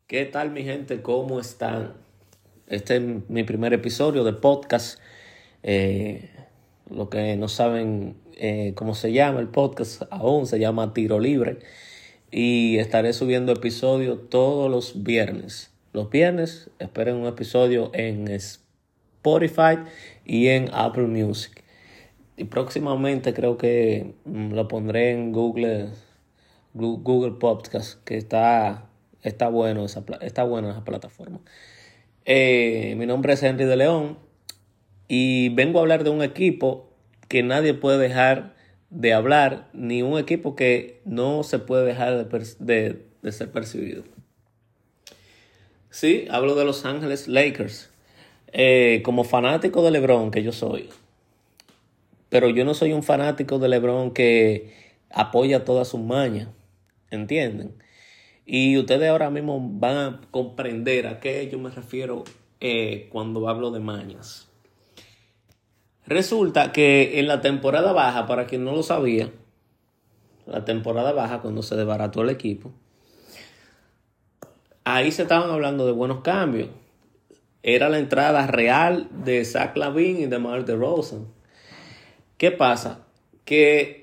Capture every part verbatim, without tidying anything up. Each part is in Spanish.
¿Qué tal, mi gente? ¿Cómo están? Este es mi primer episodio de podcast. Eh, lo que no saben eh, cómo se llama el podcast aún, se llama Tiro Libre. Y estaré subiendo episodios todos los viernes. Los viernes esperen un episodio en Spotify y en Apple Music. Y próximamente creo que mm, lo pondré en Google, Google Podcast, que está, está bueno esa, está bueno esa plataforma. Eh, mi nombre es Henry de León y vengo a hablar de un equipo que nadie puede dejar de hablar, ni un equipo que no se puede dejar de, de, de ser percibido. Sí, hablo de Los Ángeles Lakers. Eh, como fanático de LeBron, que yo soy, pero yo no soy un fanático de LeBron que apoya todas sus mañas, ¿entienden? Y ustedes ahora mismo van a comprender a qué yo me refiero eh, cuando hablo de mañas. Resulta que en la temporada baja, para quien no lo sabía, la temporada baja, cuando se desbarató el equipo, ahí se estaban hablando de buenos cambios. Era la entrada real de Zach LaVine y de DeMar DeRozan. ¿Qué pasa? Que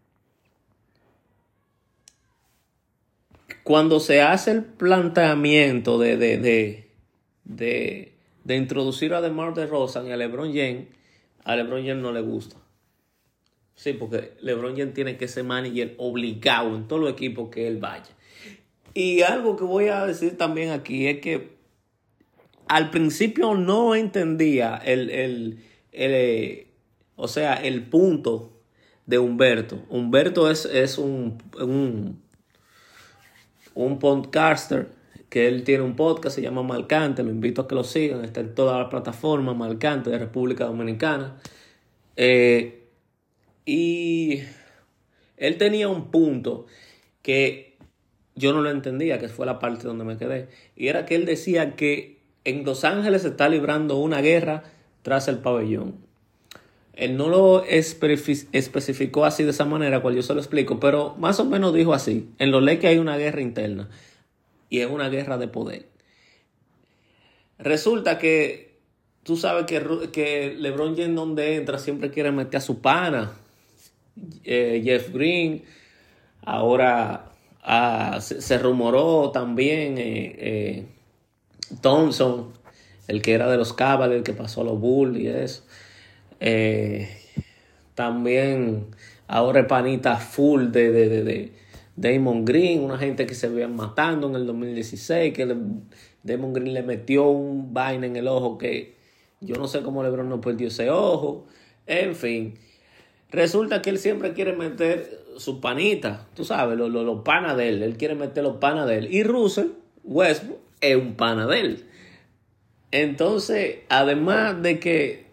cuando se hace el planteamiento de, de, de, de, de introducir a DeMar DeRozan y a LeBron James, a LeBron James no le gusta. Sí, porque LeBron James tiene que ser manager obligado en todos los equipos que él vaya. Y algo que voy a decir también aquí es que al principio no entendía el, el, el, o sea, el punto de Humberto. Humberto es, es un, un, un podcaster, que él tiene un podcast, se llama Marcante, lo invito a que lo sigan, está en todas las plataformas, Marcante de República Dominicana. Eh, y él tenía un punto que yo no lo entendía, que fue la parte donde me quedé, y era que él decía que en Los Ángeles se está librando una guerra tras el pabellón. Él no lo especificó así de esa manera, cual yo se lo explico, pero más o menos dijo así: en los Lakers hay una guerra interna y es una guerra de poder. Resulta que tú sabes que, que LeBron James, donde entra, siempre quiere meter a su pana, eh, Jeff Green. Ahora ah, se, se rumoró también eh, eh, Thompson, el que era de los Cavaliers, el que pasó a los Bulls y eso. Eh, también ahora es panita full de, de, de, de Damon Green, una gente que se veían matando en el dos mil dieciséis, que le, Damon Green le metió un vaina en el ojo que yo no sé cómo LeBron no perdió ese ojo. En fin, resulta que él siempre quiere meter su panita, tú sabes, los, los, los panas de él, él quiere meter los panas de él. Y Russell Westbrook es un pana de él. Entonces, además de que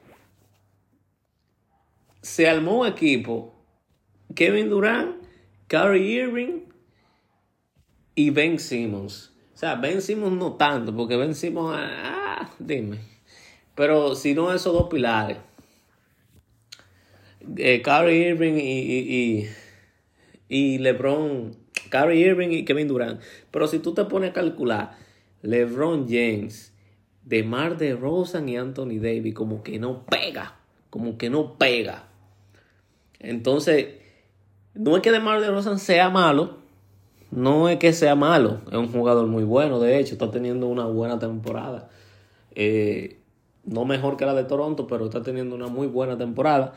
se armó un equipo, Kevin Durant, Kyrie Irving y Ben Simmons. O sea, Ben Simmons no tanto, porque Ben Simmons, ah, dime. Pero si no, esos dos pilares, eh, Kyrie Irving y, y, y, y LeBron, Kyrie Irving y Kevin Durant. Pero si tú te pones a calcular, LeBron James, DeMar DeRozan y Anthony Davis, como que no pega, como que no pega. Entonces, no es que DeMar DeRozan sea malo, no es que sea malo, es un jugador muy bueno, de hecho, está teniendo una buena temporada. Eh, no mejor que la de Toronto, pero está teniendo una muy buena temporada.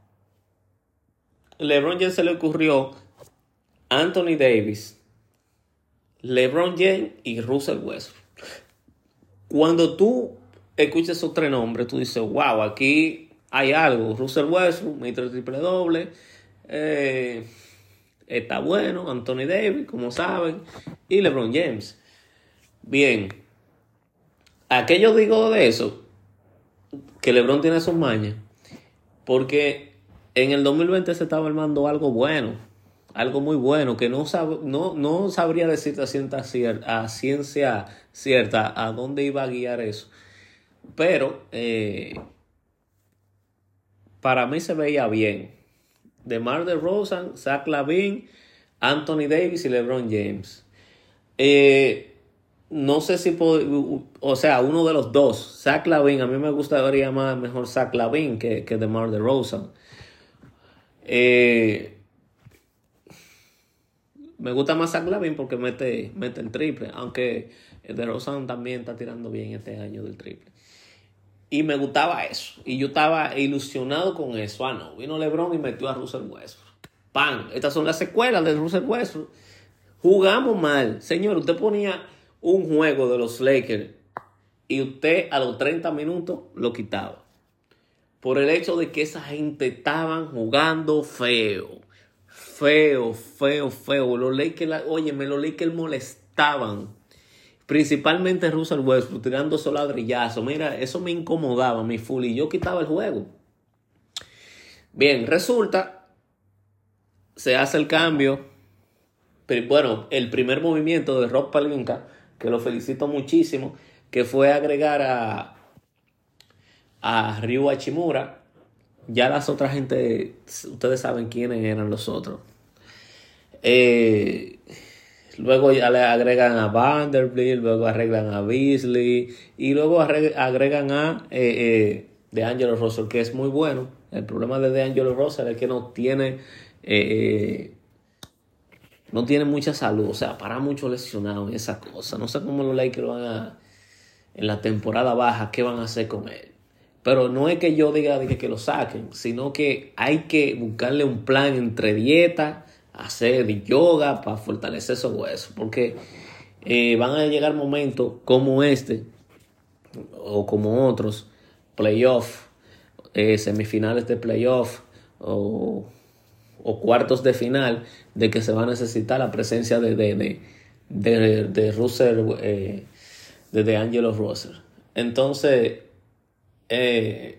LeBron James se le ocurrió Anthony Davis, LeBron James y Russell Westbrook. Cuando tú escuchas esos tres nombres, tú dices, wow, aquí hay algo. Russell Westbrook, mitro triple doble, eh, está bueno. Anthony Davis, como saben, y LeBron James. Bien, ¿a qué yo digo de eso? Que LeBron tiene sus mañas, porque en el dos mil veinte se estaba armando algo bueno, algo muy bueno, que no, sab- no, no sabría decirte a ciencia, cierta, a ciencia cierta a dónde iba a guiar eso. Pero eh, para mí se veía bien. DeMar DeRozan, Zach LaVine, Anthony Davis y LeBron James. Eh, no sé si puedo, o sea, uno de los dos. Zach LaVine, a mí me gustaría más mejor Zach LaVine que, que DeMar DeRozan. Eh, me gusta más Zach LaVine porque mete, mete el triple, aunque DeRozan también está tirando bien este año del triple. Y me gustaba eso. Y yo estaba ilusionado con eso. Ah, no. Vino LeBron y metió a Russell Westbrook. ¡Pam! Estas son las secuelas de Russell Westbrook. Jugamos mal. Señor, usted ponía un juego de los Lakers y usted a los treinta minutos lo quitaba. Por el hecho de que esa gente estaban jugando feo. Feo, feo, feo. Los Lakers, óyeme, los Lakers molestaban. Principalmente Russell Westbrook tirando esos ladrillazos. Mira, eso me incomodaba, mi full. Y yo quitaba el juego. Bien, resulta, se hace el cambio. Pero, bueno, el primer movimiento de Rob Pelinka, que lo felicito muchísimo, que fue agregar a, a Ryu Hachimura. Ya las otras gente, ustedes saben quiénes eran los otros. Eh... Luego ya le agregan a Vanderbilt, luego agregan a Beasley y luego agregan a eh, eh, DeAngelo Russell, que es muy bueno. El problema de DeAngelo Russell es que no tiene eh, no tiene mucha salud, o sea, para mucho lesionado en esa cosa. No sé cómo los Lakers van a, en la temporada baja, qué van a hacer con él. Pero no es que yo diga, diga que lo saquen, sino que hay que buscarle un plan entre dieta, hacer yoga para fortalecer esos huesos, porque eh, van a llegar momentos como este o como otros playoff, eh, semifinales de playoff o, o cuartos de final, de que se va a necesitar la presencia de de, de, de, de Russell, eh, de DeAngelo Russell. Entonces eh,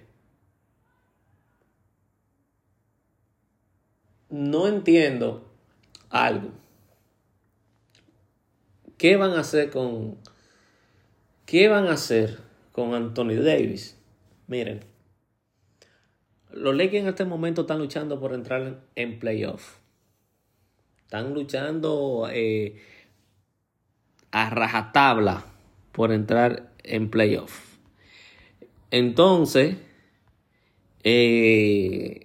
no entiendo algo. ¿Qué van a hacer con qué van a hacer con Anthony Davis? Miren, los Lakers en este momento están luchando por entrar en playoff. Están luchando eh, a rajatabla por entrar en playoff. Entonces, eh,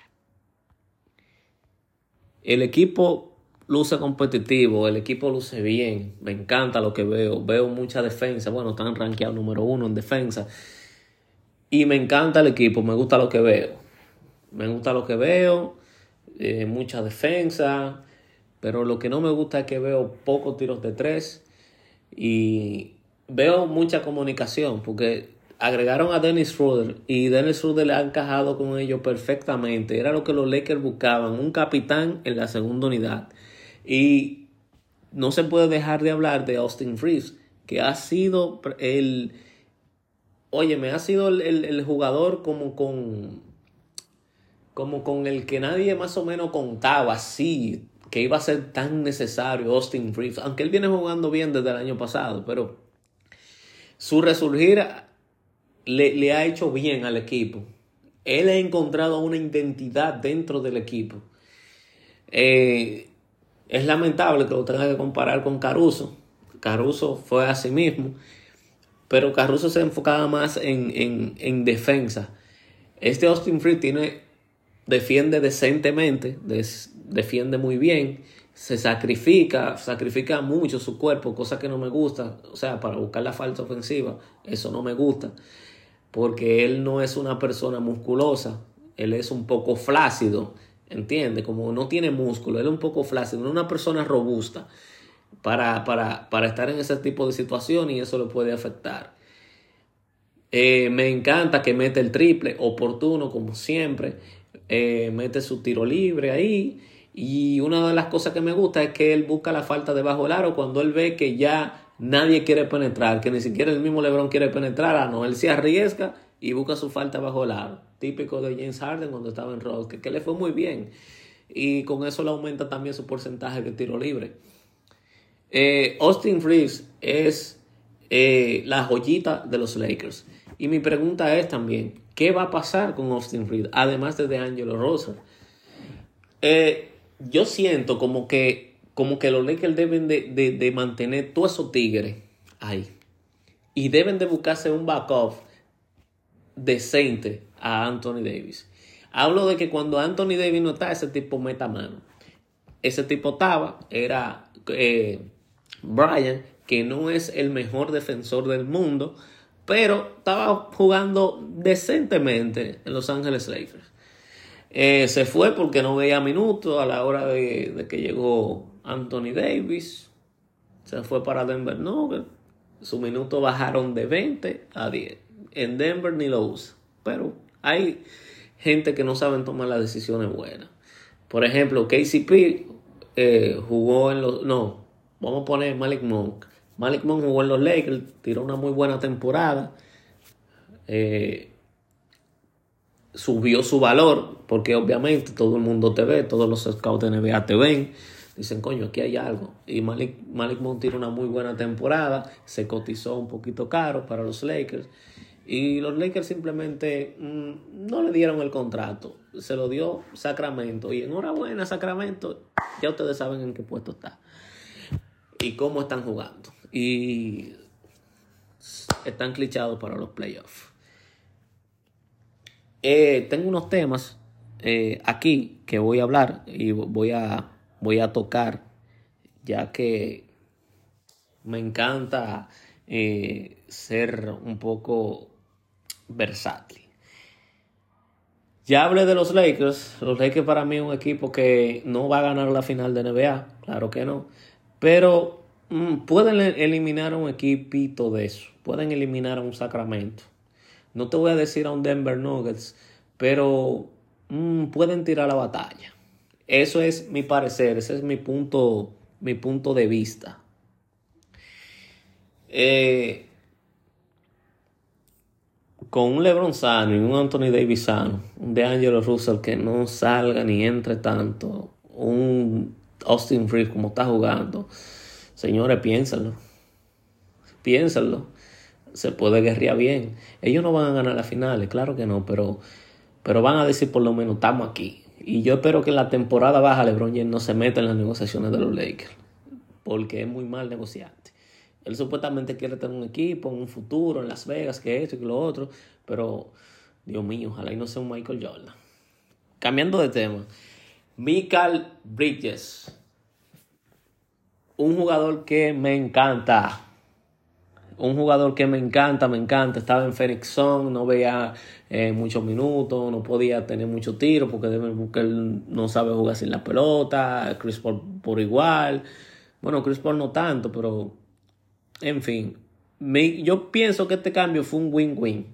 el equipo luce competitivo, el equipo luce bien, me encanta lo que veo, veo mucha defensa, bueno, están rankeados número uno en defensa, y me encanta el equipo, me gusta lo que veo, me gusta lo que veo, eh, mucha defensa, pero lo que no me gusta es que veo pocos tiros de tres, y veo mucha comunicación, porque agregaron a Dennis Schroeder y Dennis Schroeder le ha encajado con ellos perfectamente. Era lo que los Lakers buscaban, un capitán en la segunda unidad. Y no se puede dejar de hablar de Austin Reeves, que ha sido el, óyeme, ha sido el, el, el jugador como con, como con el que nadie más o menos contaba, así, que iba a ser tan necesario Austin Reeves, aunque él viene jugando bien desde el año pasado, pero su resurgir Le, le ha hecho bien al equipo. Él ha encontrado una identidad dentro del equipo. Eh, es lamentable que lo tenga que comparar con Caruso. Caruso fue así mismo, pero Caruso se enfocaba más en, en, en defensa. Este Austin Reeves tiene, defiende decentemente, des, defiende muy bien, se sacrifica, sacrifica mucho su cuerpo, cosa que no me gusta. O sea, para buscar la falta ofensiva, eso no me gusta. Porque él no es una persona musculosa, él es un poco flácido, ¿entiendes? Como no tiene músculo, él es un poco flácido, no es una persona robusta para, para, para estar en ese tipo de situación y eso le puede afectar. Eh, me encanta que mete el triple, oportuno como siempre, eh, mete su tiro libre ahí y una de las cosas que me gusta es que él busca la falta debajo del aro cuando él ve que ya nadie quiere penetrar, que ni siquiera el mismo LeBron quiere penetrar. Ah, no, él se arriesga y busca su falta bajo el aro. Típico de James Harden cuando estaba en Rockets, que, que le fue muy bien. Y con eso le aumenta también su porcentaje de tiro libre. Eh, Austin Reeves es eh, la joyita de los Lakers. Y mi pregunta es también, ¿qué va a pasar con Austin Reeves? Además de DeAngelo Russell. Eh, yo siento como que como que los Lakers deben de, de, de mantener todos esos tigres ahí. Y deben de buscarse un backup decente a Anthony Davis. Hablo de que cuando Anthony Davis no está, ese tipo meta mano. Ese tipo estaba, era eh, Bryant, que no es el mejor defensor del mundo, pero estaba jugando decentemente en Los Ángeles Lakers. Eh, se fue porque no veía minutos a la hora de, de que llegó Anthony Davis. Se fue para Denver Nuggets. Sus minutos bajaron de veinte a diez. En Denver ni lo usa. Pero hay gente que no saben tomar las decisiones buenas. Por ejemplo, K C P eh, jugó en los... No, vamos a poner Malik Monk. Malik Monk jugó en los Lakers, tiró una muy buena temporada. Eh, subió su valor, porque obviamente todo el mundo te ve, todos los scouts de N B A te ven. Dicen, coño, aquí hay algo. Y Malik, Malik Monk tiró una muy buena temporada, se cotizó un poquito caro para los Lakers. Y los Lakers simplemente mmm, no le dieron el contrato. Se lo dio Sacramento. Y enhorabuena, Sacramento. Ya ustedes saben en qué puesto está. Y cómo están jugando. Y están clichados para los playoffs. Eh, tengo unos temas eh, aquí que voy a hablar y voy a, voy a tocar, ya que me encanta eh, ser un poco versátil. Ya hablé de los Lakers. Los Lakers para mí es un equipo que no va a ganar la final de N B A, claro que no, pero mm, pueden eliminar a un equipito de eso, pueden eliminar a un Sacramento. No te voy a decir a un Denver Nuggets, pero mm, pueden tirar la batalla. Eso es mi parecer, ese es mi punto, mi punto de vista. Eh, con un LeBron sano y un Anthony Davis sano, un DeAngelo Russell que no salga ni entre tanto, un Austin Reeves como está jugando, señores, piénsenlo. Piénsenlo. Se puede guerrear bien. Ellos no van a ganar las finales, claro que no, pero, pero van a decir por lo menos estamos aquí. Y yo espero que en la temporada baja LeBron James no se meta en las negociaciones de los Lakers, porque es muy mal negociante. Él supuestamente quiere tener un equipo en un futuro en Las Vegas, que esto y que lo otro, pero Dios mío, ojalá y no sea un Michael Jordan. Cambiando de tema, Mikal Bridges, un jugador que me encanta. Un jugador que me encanta, me encanta. Estaba en Phoenix Sun, no veía eh, muchos minutos, no podía tener muchos tiros porque, porque él no sabe jugar sin la pelota. Chris Paul por igual. Bueno, Chris Paul no tanto, pero en fin. Me, yo pienso que este cambio fue un win-win.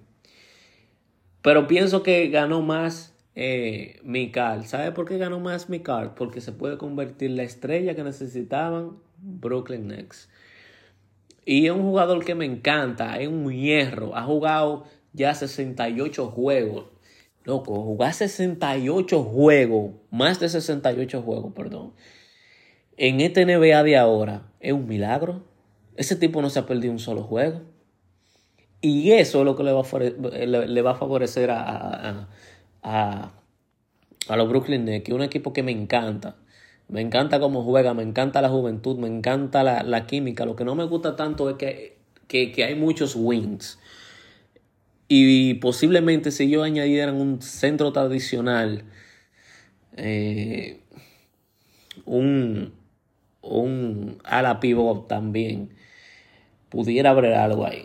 Pero pienso que ganó más eh, Mikal. ¿Sabe por qué ganó más Mikal? Porque se puede convertir en la estrella que necesitaban Brooklyn Nets. Y es un jugador que me encanta, es un hierro. Ha jugado ya sesenta y ocho juegos. Loco, jugar sesenta y ocho juegos, más de sesenta y ocho juegos, perdón, en este N B A de ahora, es un milagro. Ese tipo no se ha perdido un solo juego. Y eso es lo que le va a, favore- le, le va a favorecer a, a, a, a los Brooklyn Nets, que es un equipo que me encanta. Me encanta cómo juega, me encanta la juventud, me encanta la, la química. Lo que no me gusta tanto es que, que, que hay muchos wings. Y posiblemente si ellos añadieran un centro tradicional, eh, un, un ala pivot también, pudiera haber algo ahí.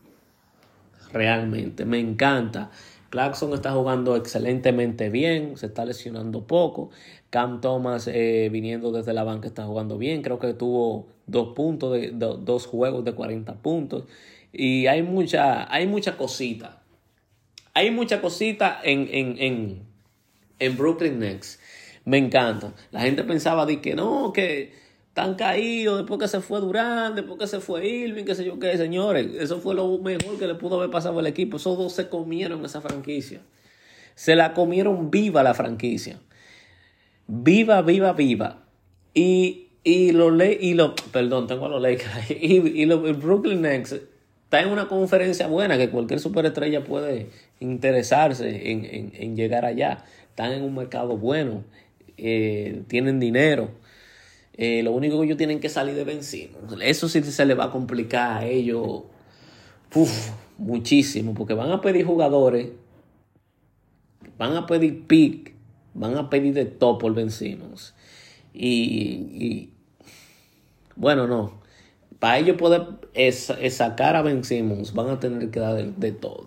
Realmente, me encanta. Clarkson está jugando excelentemente bien, se está lesionando poco. Cam Thomas eh, viniendo desde la banca está jugando bien. Creo que tuvo dos puntos, de, de, dos juegos de cuarenta puntos. Y hay mucha, hay mucha cosita. Hay mucha cosita en, en, en, en Brooklyn Nets. Me encanta. La gente pensaba de que no, que están caídos después que se fue Durant, después que se fue Irving, qué sé yo qué, señores. Eso fue lo mejor que le pudo haber pasado al equipo. Esos dos se comieron esa franquicia. Se la comieron viva la franquicia. Viva, viva, viva. Y, y los y lo, perdón, tengo a los Lakers. Y, y los Brooklyn Nets está en una conferencia buena que cualquier superestrella puede interesarse en, en, en llegar allá. Están en un mercado bueno. Eh, tienen dinero. Eh, lo único que ellos tienen que salir de Ben Simmons. Eso sí se les va a complicar a ellos uf, muchísimo, porque van a pedir jugadores, van a pedir pick, van a pedir de top por Ben Simmons. Y, y bueno, no. Para ellos poder es, es sacar a Ben Simmons, van a tener que dar de, de todo.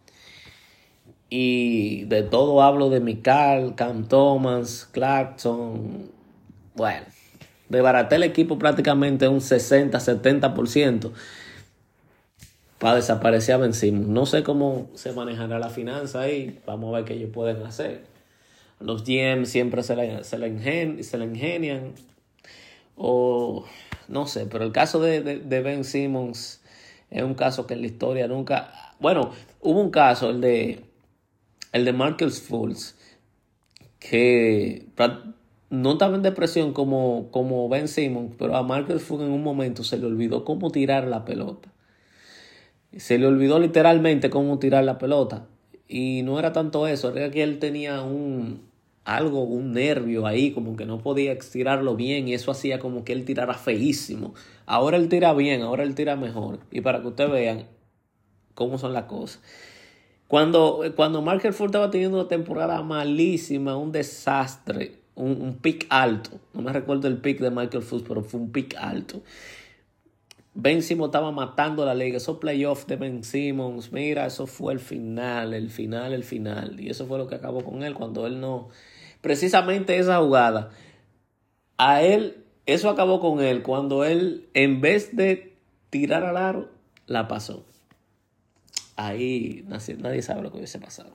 Y de todo hablo de Mikal, Cam Thomas, Clarkson. Bueno, desbaraté el equipo prácticamente un sesenta a setenta por ciento para desaparecer a Ben Simmons. No sé cómo se manejará la finanza ahí. Vamos a ver qué ellos pueden hacer. Los G M siempre se la, se la, ingen, se la ingenian. O no sé, pero el caso de, de, de Ben Simmons es un caso que en la historia nunca... Bueno, hubo un caso, el de el de Marcus Fultz, que no estaba en depresión como, como Ben Simmons, pero a Marcus Fultz en un momento se le olvidó cómo tirar la pelota. Se le olvidó literalmente cómo tirar la pelota. Y no era tanto eso, era que él tenía un algo, un nervio ahí, como que no podía estirarlo bien, y eso hacía como que él tirara feísimo. Ahora él tira bien, ahora él tira mejor. Y para que ustedes vean cómo son las cosas. Cuando, cuando Marcus Fultz estaba teniendo una temporada malísima, un desastre, un, un pick alto. No me recuerdo el pick de Marcus Fultz, pero fue un pick alto. Ben Simmons estaba matando la liga. Esos playoffs de Ben Simmons, mira, eso fue el final, el final, el final. Y eso fue lo que acabó con él cuando él no... Precisamente esa jugada, a él, eso acabó con él cuando él, en vez de tirar al aro, la pasó. Ahí nadie, nadie sabe lo que hubiese pasado.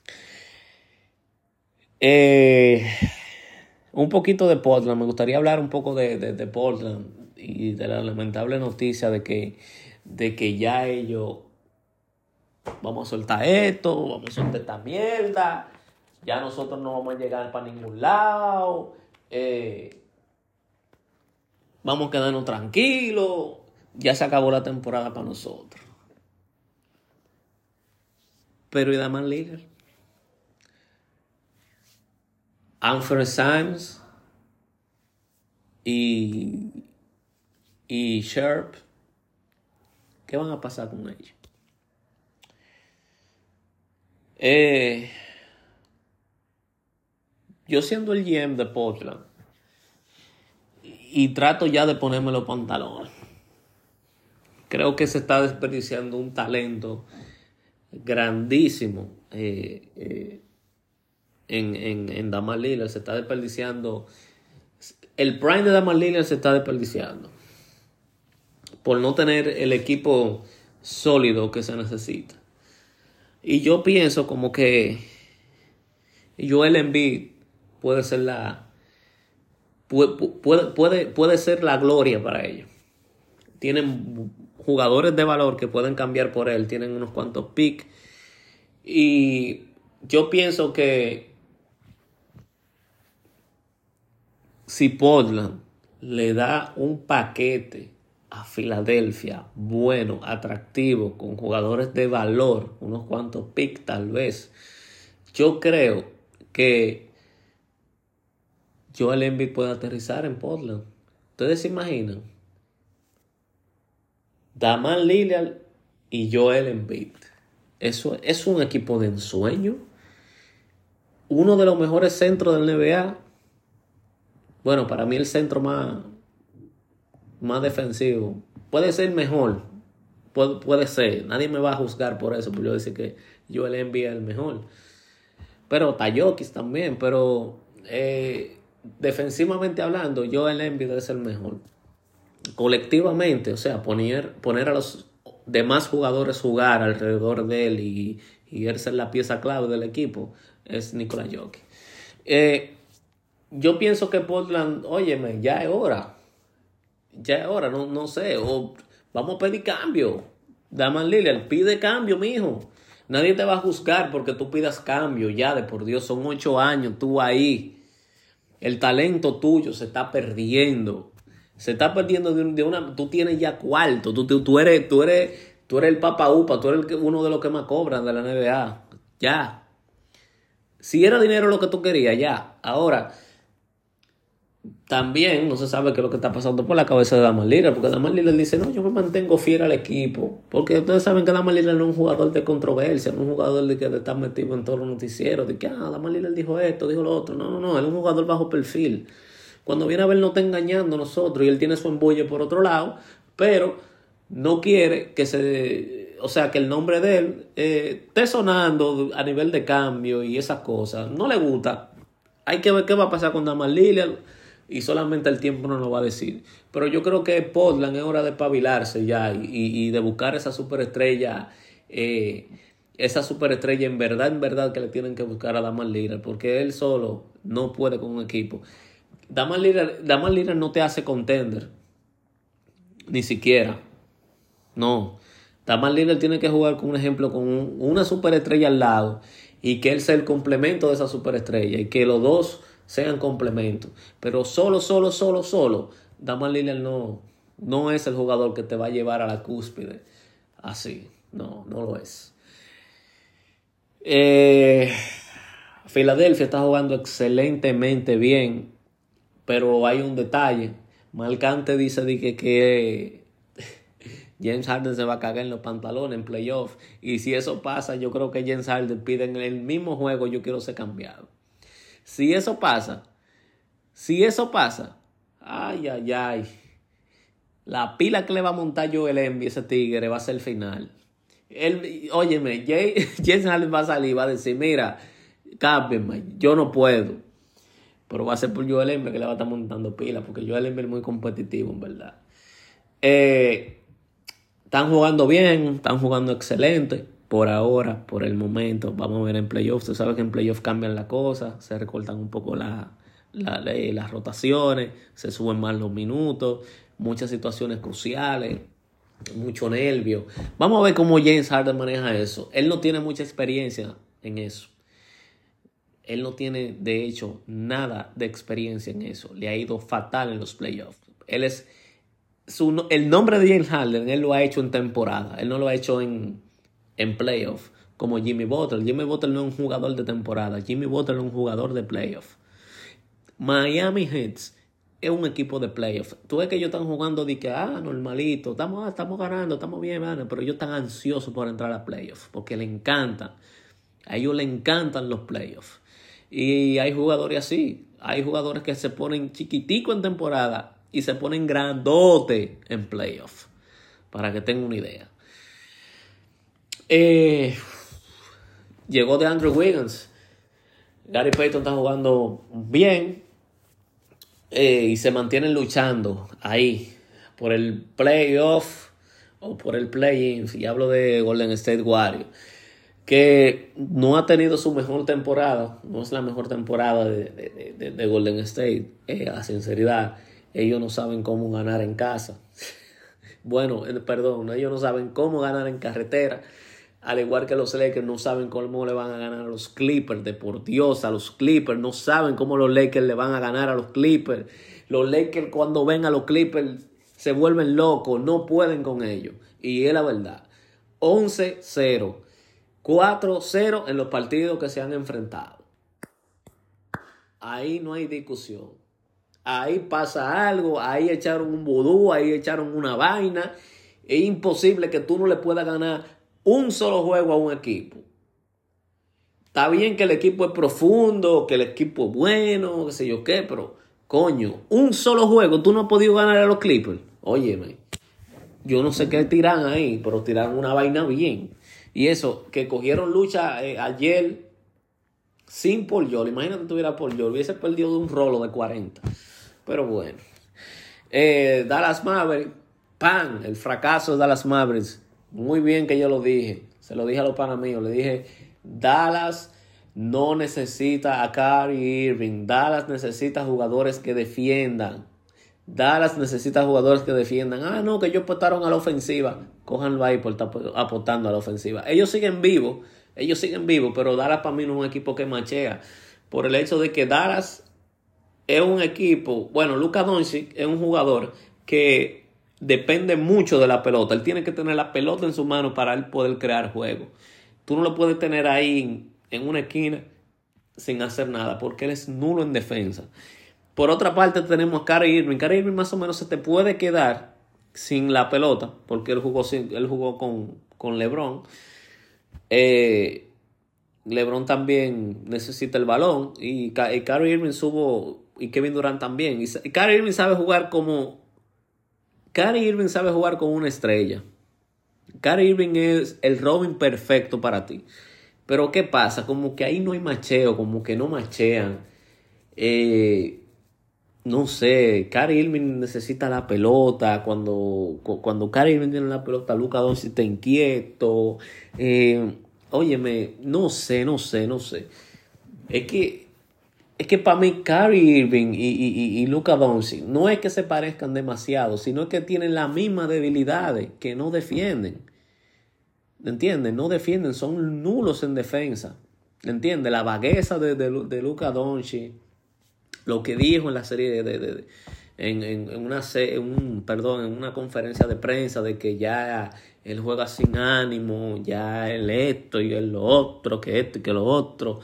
Eh, un poquito de Portland. Me gustaría hablar un poco de, de, de Portland y de la lamentable noticia de que, de que ya ellos vamos a soltar esto, vamos a soltar esta mierda, ya nosotros no vamos a llegar para ningún lado, eh, vamos a quedarnos tranquilos, ya se acabó la temporada para nosotros. Pero ¿y Damian Lillard? Anthony Simons y, y Sharp, ¿qué van a pasar con ellos? Eh, yo siendo el G M de Portland y, y trato ya de ponerme los pantalones, creo que se está desperdiciando un talento grandísimo eh, eh, en, en, en Damian Lillard. Se está desperdiciando el prime de Damian Lillard, se está desperdiciando por no tener el equipo sólido que se necesita. Y yo pienso como que Joel Embiid puede ser la puede, puede, puede, puede ser la gloria para ellos. Tienen jugadores de valor que pueden cambiar por él, tienen unos cuantos picks, y yo pienso que si Portland le da un paquete a Filadelfia bueno, atractivo, con jugadores de valor, unos cuantos picks tal vez, yo creo que Joel Embiid puede aterrizar en Portland. ¿Ustedes se imaginan? Damian Lillard y Joel Embiid. Eso es un equipo de ensueño. Uno de los mejores centros del N B A. Bueno, para mí el centro más, más defensivo. Puede ser mejor. Puede, puede ser. Nadie me va a juzgar por eso, por yo decir que Joel Embiid es el mejor. Pero Jokic también. Pero eh, defensivamente hablando, Joel Embiid es el mejor. Colectivamente, o sea, poner, poner a los demás jugadores jugar alrededor de él y, y él ser la pieza clave del equipo, es Nikola Jokic. Eh, yo pienso que Portland, óyeme, ya es hora. Ya es hora, no, no sé. O vamos a pedir cambio. Damian Lillard, pide cambio, mijo. Nadie te va a juzgar porque tú pidas cambio. Ya, de por Dios, son ocho años, tú ahí. El talento tuyo se está perdiendo. Se está perdiendo de, de una... Tú tienes ya cuarto. Tú, tú, tú, eres, tú, eres, tú eres el papa upa. Tú eres el, uno de los que más cobran de la N B A. Ya. Si era dinero lo que tú querías, ya. Ahora, También no se sabe qué es lo que está pasando por la cabeza de Damian Lillard, porque Damian Lillard dice, no, yo me mantengo fiel al equipo, porque ustedes saben que Damian Lillard no es un jugador de controversia, no es un jugador de que está metido en todos los noticieros, de que, ah, Damian Lillard dijo esto, dijo lo otro, no, no, no, él es un jugador bajo perfil. Cuando viene a ver no está engañando a nosotros y él tiene su embulle por otro lado, pero no quiere que se, o sea, que el nombre de él eh, esté sonando a nivel de cambio y esas cosas, no le gusta. Hay que ver qué va a pasar con Damian Lillard. Y solamente el tiempo no nos va a decir. Pero yo creo que Portland es hora de espabilarse ya y, y, y de buscar esa superestrella, eh, esa superestrella en verdad, en verdad que le tienen que buscar a Damian Lillard, porque él solo no puede con un equipo. Damian Lillard, Damian Lillard no te hace contender, ni siquiera. No. Damian Lillard tiene que jugar con un ejemplo, con un, una superestrella al lado y que él sea el complemento de esa superestrella y que los dos sean complementos, pero solo, solo, solo, solo, Damian Lillard no, no es el jugador que te va a llevar a la cúspide, así, no, no lo es. Eh, Filadelfia está jugando excelentemente bien, pero hay un detalle, Marcante dice de que, que James Harden se va a cagar en los pantalones en playoff, y si eso pasa, yo creo que James Harden pide en el mismo juego, yo quiero ser cambiado. Si eso pasa, si eso pasa, ay, ay, ay, la pila que le va a montar Joel Embiid ese tigre va a ser el final. Él, óyeme, Jay, James Harden va a salir y va a decir, mira, cámbienme, yo no puedo. Pero va a ser por Joel Embiid que le va a estar montando pila, porque Joel Embiid es muy competitivo, en verdad. Eh, están jugando bien, están jugando excelente. Por ahora, por el momento, vamos a ver en playoffs. Tú sabes que en playoffs cambian las cosas, se recortan un poco la, la, la, las rotaciones, se suben más los minutos, muchas situaciones cruciales, mucho nervio. Vamos a ver cómo James Harden maneja eso. Él no tiene mucha experiencia en eso. Él no tiene, de hecho, nada de experiencia en eso. Le ha ido fatal en los playoffs. Él es su, el nombre de James Harden, él lo ha hecho en temporada. Él no lo ha hecho en en playoff, como Jimmy Butler. Jimmy Butler no es un jugador de temporada. Jimmy Butler es un jugador de playoff. Miami Heat es un equipo de playoff. Tú ves que ellos están jugando de que, ah, normalito, estamos, estamos ganando, estamos bien, man, pero ellos están ansiosos por entrar a playoff, porque les encantan. A ellos les encantan los playoffs. Y hay jugadores así. Hay jugadores que se ponen chiquitico en temporada y se ponen grandote en playoff. Para que tengan una idea. Eh, llegó de Andrew Wiggins. Gary Payton está jugando bien eh, y se mantienen luchando ahí por el playoff o por el play-in. Si hablo de Golden State Warriors, que no ha tenido su mejor temporada, no es la mejor temporada de, de, de, de Golden State. Eh, a sinceridad, ellos no saben cómo ganar en casa. Bueno, eh, perdón, ellos no saben cómo ganar en carretera. Al igual que los Lakers no saben cómo le van a ganar a los Clippers. De por Dios, a los Clippers no saben cómo los Lakers le van a ganar a los Clippers. Los Lakers cuando ven a los Clippers se vuelven locos, no pueden con ellos. Y es la verdad. once cero, cuatro cero en los partidos que se han enfrentado. Ahí no hay discusión. Ahí pasa algo, ahí echaron un vudú, ahí echaron una vaina. Es imposible que tú no le puedas ganar un solo juego a un equipo. Está bien que el equipo es profundo, que el equipo es bueno, qué sé yo qué, pero coño, un solo juego tú no has podido ganar a los Clippers. Óyeme, yo no sé qué tiran ahí, pero tiran una vaina bien. Y eso, que cogieron lucha eh, ayer sin Paul George. Imagínate que tuviera Paul George, hubiese perdido de un rolo de cuarenta. Pero bueno, eh, Dallas Mavericks, pan, el fracaso de Dallas Mavericks. Muy bien que yo lo dije, se lo dije a los panamíos, le dije, Dallas no necesita a Kyrie Irving, Dallas necesita jugadores que defiendan, Dallas necesita jugadores que defiendan. Ah, no, que ellos apostaron a la ofensiva, cójanlo ahí por estar apostando a la ofensiva. Ellos siguen vivos, ellos siguen vivos, pero Dallas para mí no es un equipo que machea, por el hecho de que Dallas es un equipo, bueno, Luka Doncic es un jugador que depende mucho de la pelota. Él tiene que tener la pelota en su mano para él poder crear juego. Tú no lo puedes tener ahí en, en una esquina sin hacer nada, porque él es nulo en defensa. Por otra parte tenemos a Kyrie Irving. Kyrie Irving más o menos se te puede quedar sin la pelota, porque él jugó, sin, él jugó con, con LeBron. Eh, LeBron también necesita el balón, y, y Kyrie Irving subo, y Kevin Durant también. Y, y Kyrie Irving sabe jugar como... Kyrie Irving sabe jugar como una estrella. Kyrie Irving es el Robin perfecto para ti. Pero ¿qué pasa? Como que ahí no hay macheo, como que no machean. Eh... No sé, Kyrie Irving necesita la pelota. Cuando, cuando Kyrie Irving tiene la pelota, Luka Doncic está inquieto. Eh, óyeme, no sé, no sé, no sé. Es que, es que para mí Kyrie Irving y, y, y, y Luka Doncic no es que se parezcan demasiado, sino que tienen las mismas debilidades, que no defienden. ¿Entiendes? No defienden, son nulos en defensa. ¿Entiendes? La vagueza de, de, de Luka Doncic. Lo que dijo en la serie de, de, de en, en, en una en un, perdón, en una conferencia de prensa, de que ya él juega sin ánimo, ya él esto y él lo otro, que esto y que lo otro.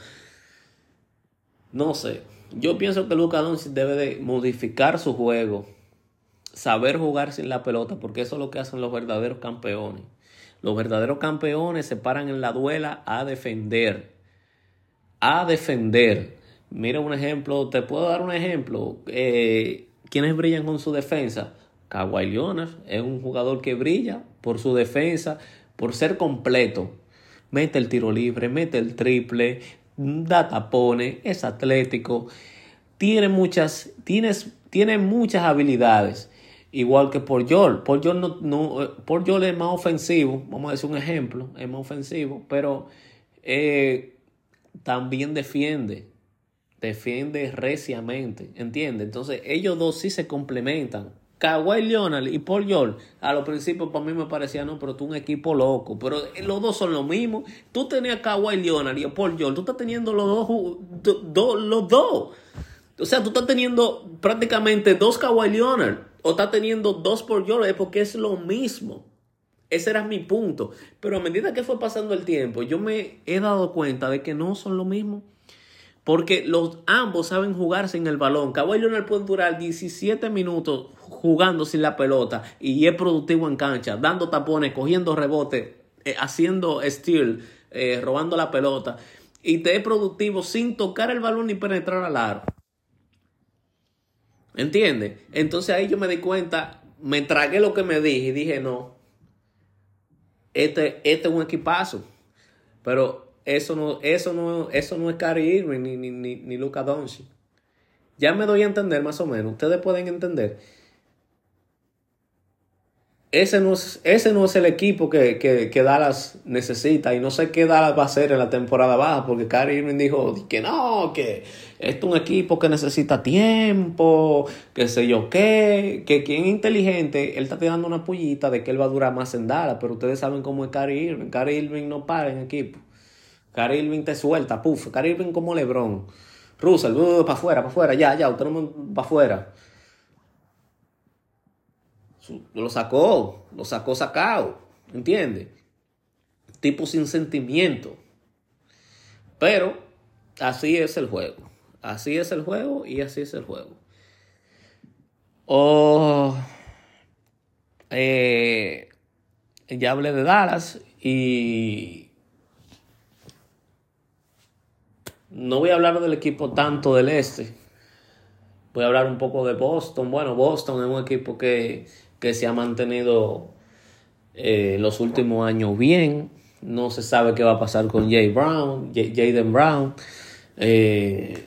No sé. Yo pienso que Luka Doncic debe de modificar su juego, saber jugar sin la pelota, porque eso es lo que hacen los verdaderos campeones. Los verdaderos campeones se paran en la duela a defender. A defender. Mira un ejemplo, te puedo dar un ejemplo. Eh, ¿Quiénes brillan con su defensa? Kawhi Leonard es un jugador que brilla por su defensa, por ser completo. Mete el tiro libre, mete el triple, da tapones, es atlético, tiene muchas, tienes, tiene muchas habilidades. Igual que Paul George. Paul George, no, no, Paul George es más ofensivo, vamos a decir un ejemplo, es más ofensivo, pero eh, también defiende. Defiende reciamente, ¿entiendes? Entonces ellos dos sí se complementan. Kawhi Leonard y Paul George, a los principios para mí me parecía, no, pero tú un equipo loco, pero los dos son lo mismo. Tú tenías a Kawhi Leonard y a Paul George, tú estás teniendo los dos, do, do, los dos. O sea, tú estás teniendo prácticamente dos Kawhi Leonard, o estás teniendo dos Paul George, porque es lo mismo. Ese era mi punto. Pero a medida que fue pasando el tiempo, yo me he dado cuenta de que no son lo mismo. Porque los ambos saben jugar sin el balón. Kawhi Leonard puede durar diecisiete minutos jugando sin la pelota y es productivo en cancha, dando tapones, cogiendo rebotes, eh, haciendo steal, eh, robando la pelota. Y te es productivo sin tocar el balón ni penetrar al aro. ¿Entiendes? Entonces ahí yo me di cuenta, me tragué lo que me dije y dije, no, este, este es un equipazo. Pero Eso no, eso no, eso no es Kyrie Irving ni, ni, ni, ni Luka Doncic. Ya me doy a entender más o menos. Ustedes pueden entender. Ese no es, ese no es el equipo que, que, que Dallas necesita. Y no sé qué Dallas va a hacer en la temporada baja. Porque Kyrie Irving dijo que no, que esto es un equipo que necesita tiempo, que sé yo qué, que quien es inteligente, él está tirando una pullita de que él va a durar más en Dallas. Pero ustedes saben cómo es Kyrie Irving. Kyrie Irving no para en equipo. Kyrie Irving te suelta, puf. Kyrie Irving como LeBron. Russell, uh, para afuera, para afuera, ya, ya, usted no para afuera. Lo sacó, lo sacó sacado, ¿entiendes? Tipo sin sentimiento. Pero así es el juego. Así es el juego y así es el juego. Oh, eh, ya hablé de Dallas y... No voy a hablar del equipo tanto del este. Voy a hablar un poco de Boston. Bueno, Boston es un equipo que, que se ha mantenido eh, los últimos años bien. No se sabe qué va a pasar con Jay Brown, J- Jayden Brown. Eh,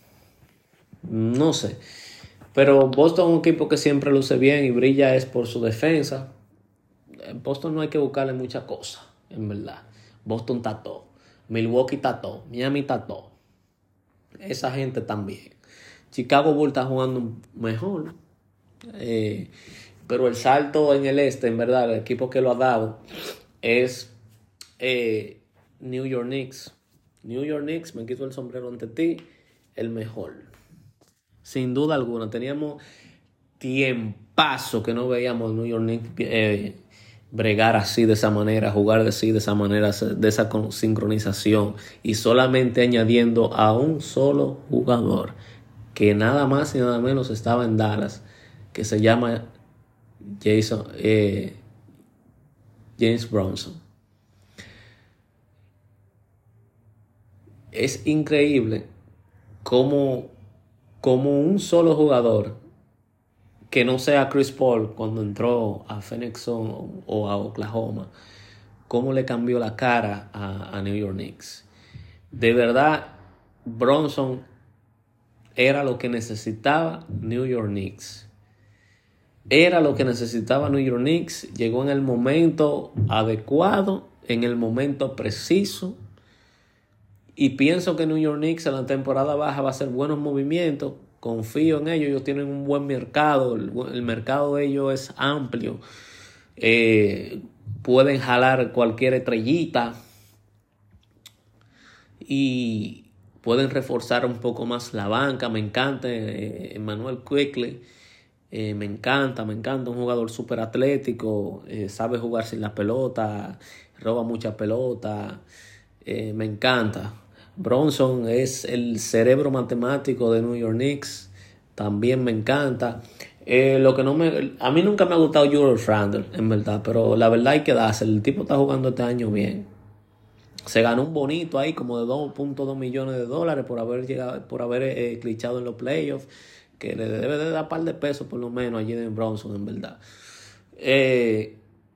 no sé. Pero Boston es un equipo que siempre luce bien y brilla es por su defensa. En Boston no hay que buscarle muchas cosas, en verdad. Boston está todo. Milwaukee está todo. Miami está todo. Esa gente también. Chicago Bulls está jugando mejor. Eh, pero el salto en el este, en verdad, el equipo que lo ha dado es eh, New York Knicks. New York Knicks, me quito el sombrero ante ti, el mejor. Sin duda alguna. Teníamos tiempazo que no veíamos New York Knicks eh, bregar así de esa manera, jugar así de esa manera, de esa sincronización, y solamente añadiendo a un solo jugador, que nada más y nada menos estaba en Dallas, que se llama Jason, eh, James Bronson. Es increíble cómo, cómo un solo jugador, que no sea Chris Paul cuando entró a Phoenix Sun o a Oklahoma, cómo le cambió la cara a, a New York Knicks. De verdad, Bronson era lo que necesitaba New York Knicks. Era lo que necesitaba New York Knicks. Llegó en el momento adecuado, en el momento preciso. Y pienso que New York Knicks en la temporada baja va a hacer buenos movimientos. Confío en ellos. Ellos tienen un buen mercado. El, el mercado de ellos es amplio. Eh, pueden jalar cualquier estrellita. Y pueden reforzar un poco más la banca. Me encanta eh, Emmanuel Quickley. Eh, me encanta, me encanta. Un jugador súper atlético. Eh, sabe jugar sin la pelota. Roba mucha pelota. Eh, me encanta. Bronson es el cerebro matemático de New York Knicks. También me encanta. Eh, lo que no me, a mí nunca me ha gustado Julius Randle, en verdad. Pero la verdad hay que darse. El tipo está jugando este año bien. Se ganó un bonito ahí como de dos punto dos millones de dólares por haber llegado, por haber eh, clichado en los playoffs. Que le debe de dar un par de pesos por lo menos a Jalen Bronson, en verdad. Eh,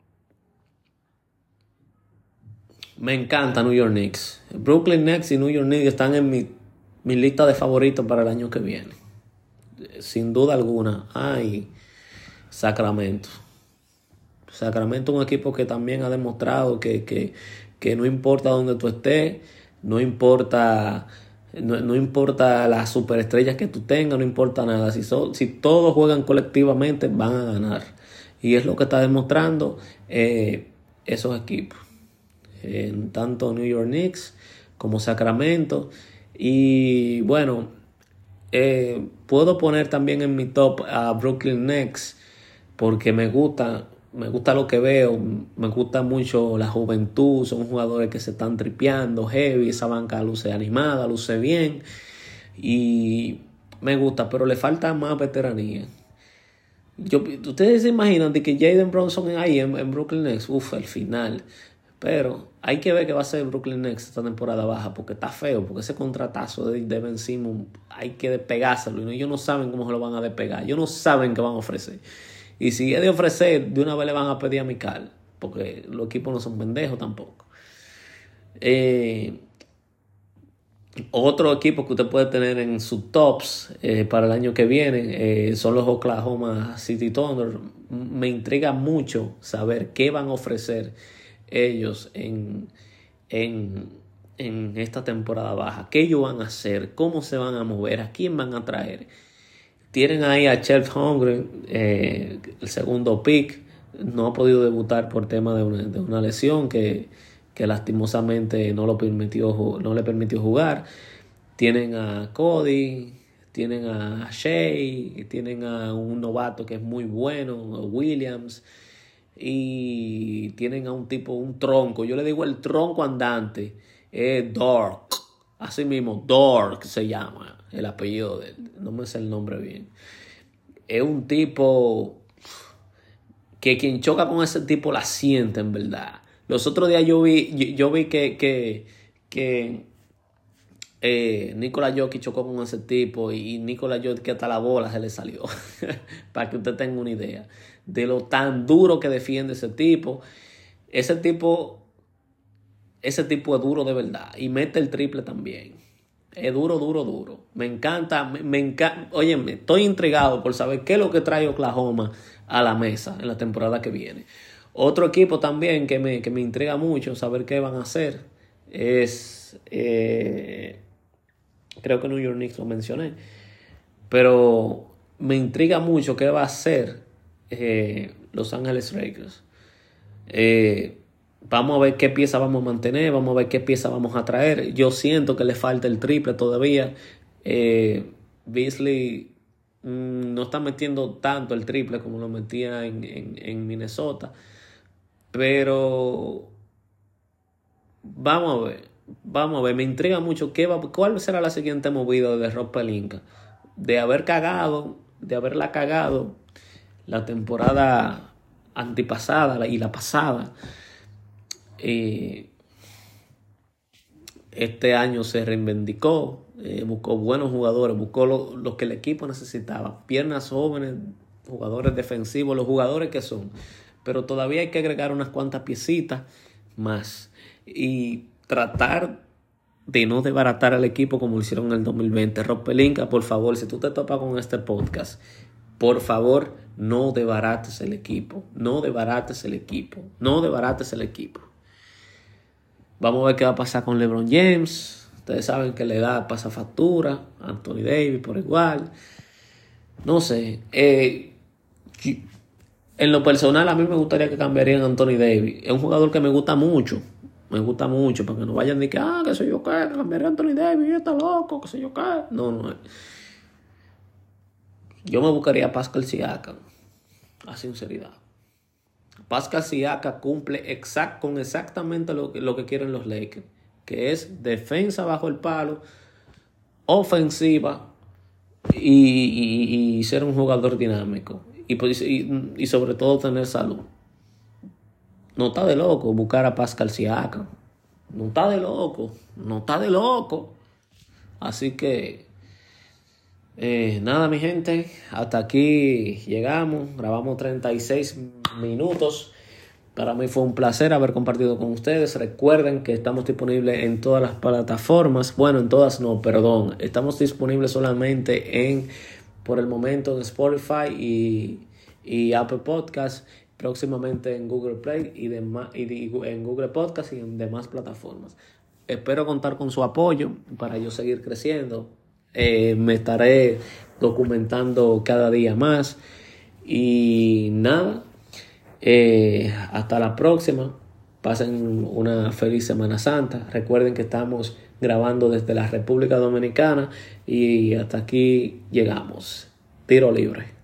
me encanta New York Knicks. Brooklyn Knicks y New York Knicks están en mi, mi lista de favoritos para el año que viene. Sin duda alguna. Ay, Sacramento. Sacramento es un equipo que también ha demostrado que, que, que no importa dónde tú estés, no importa, no, no importa las superestrellas que tú tengas, no importa nada. Si, so, si todos juegan colectivamente, van a ganar. Y es lo que está demostrando eh, esos equipos. Eh, tanto New York Knicks como Sacramento. Y bueno, eh, puedo poner también en mi top a Brooklyn Nets porque me gusta, me gusta lo que veo, me gusta mucho la juventud, son jugadores que se están tripeando heavy, esa banca luce animada, luce bien y me gusta, pero le falta más veteranía. Yo, ustedes se imaginan de que Jalen Bronson ahí en, en Brooklyn Nets, uff, el final. Pero hay que ver qué va a hacer Brooklyn Nets esta temporada baja, porque está feo, porque ese contratazo de, de Ben Simmons hay que despegárselo. Y ellos no saben cómo se lo van a despegar, ellos no saben qué van a ofrecer. Y si es de ofrecer, de una vez le van a pedir a Mikal, porque los equipos no son pendejos tampoco. Eh, otro equipo que usted puede tener en sus tops eh, para el año que viene eh, son los Oklahoma City Thunder. Me intriga mucho saber qué van a ofrecer ellos en, en, en esta temporada baja. ¿Qué ellos van a hacer? ¿Cómo se van a mover? ¿A quién van a traer? Tienen ahí a Chet Holmgren, eh, el segundo pick. No ha podido debutar por tema de una, de una lesión que, que lastimosamente no, lo permitió, no le permitió jugar. Tienen a Cody, tienen a Shea, tienen a un novato que es muy bueno, Williams. Y tienen a un tipo, un tronco. Yo le digo el tronco andante. Es Dork. Así mismo, Dork se llama el apellido de él. No me sé el nombre bien. Es un tipo que quien choca con ese tipo la siente, en verdad. Los otros días yo vi, yo, yo vi que, que, que eh, Nikola Jokic chocó con ese tipo y, y Nikola Jokic hasta la bola se le salió. Para que usted tenga una idea de lo tan duro que defiende ese tipo. Ese tipo, ese tipo es duro de verdad y mete el triple también. Es duro, duro, duro. Me encanta, me, me encanta. Oye, estoy intrigado por saber qué es lo que trae Oklahoma a la mesa en la temporada que viene. Otro equipo también que me, que me intriga mucho saber qué van a hacer es, eh, creo que New York Knicks lo mencioné, pero me intriga mucho qué va a hacer Eh, Los Ángeles Lakers. Eh, vamos a ver qué pieza vamos a mantener, vamos a ver qué pieza vamos a traer. Yo siento que le falta el triple todavía. Eh, Beasley mmm, no está metiendo tanto el triple como lo metía en, en, en Minnesota, pero vamos a ver, vamos a ver. Me intriga mucho qué va, cuál será la siguiente movida de Rob Pelinka. de haber cagado, de haberla cagado la temporada antipasada y la pasada, eh, este año se reivindicó, eh, buscó buenos jugadores, buscó lo, lo que el equipo necesitaba, piernas jóvenes, jugadores defensivos, los jugadores que son, pero todavía hay que agregar unas cuantas piecitas más y tratar de no desbaratar al equipo como lo hicieron en el dos mil veinte. Rob Pelinka, por favor, si tú te topas con este podcast, por favor, no desbarates el equipo, no desbarates el equipo, no desbarates el equipo. Vamos a ver qué va a pasar con LeBron James. Ustedes saben que la edad pasa factura. Anthony Davis por igual. No sé. Eh, en lo personal a mí me gustaría que cambiarían a Anthony Davis. Es un jugador que me gusta mucho. Me gusta mucho. Para que no vayan de que, ah, qué sé yo qué, que cambiaría a Anthony Davis, está loco, qué sé yo qué. No, no. Yo me buscaría a Pascal Siakam. A sinceridad. Pascal Siakam cumple exact, con exactamente lo que, lo que quieren los Lakers, que es defensa bajo el palo, ofensiva y, y, y ser un jugador dinámico y, y, y sobre todo tener salud. No está de loco buscar a Pascal Siakam. No está de loco. No está de loco. Así que eh, nada, mi gente, hasta aquí llegamos. Grabamos treinta y seis minutos. Para mí fue un placer haber compartido con ustedes. Recuerden que estamos disponibles en todas las plataformas. Bueno, en todas no, perdón. Estamos disponibles solamente en, por el momento, en Spotify y, y Apple Podcasts. Próximamente en Google Play y, demás, y en Google Podcasts y en demás plataformas. Espero contar con su apoyo para yo seguir creciendo. Eh, me estaré documentando cada día más. Y nada. Eh, hasta la próxima. Pasen una feliz Semana Santa. Recuerden que estamos grabando desde la República Dominicana y hasta aquí llegamos. Tiro libre.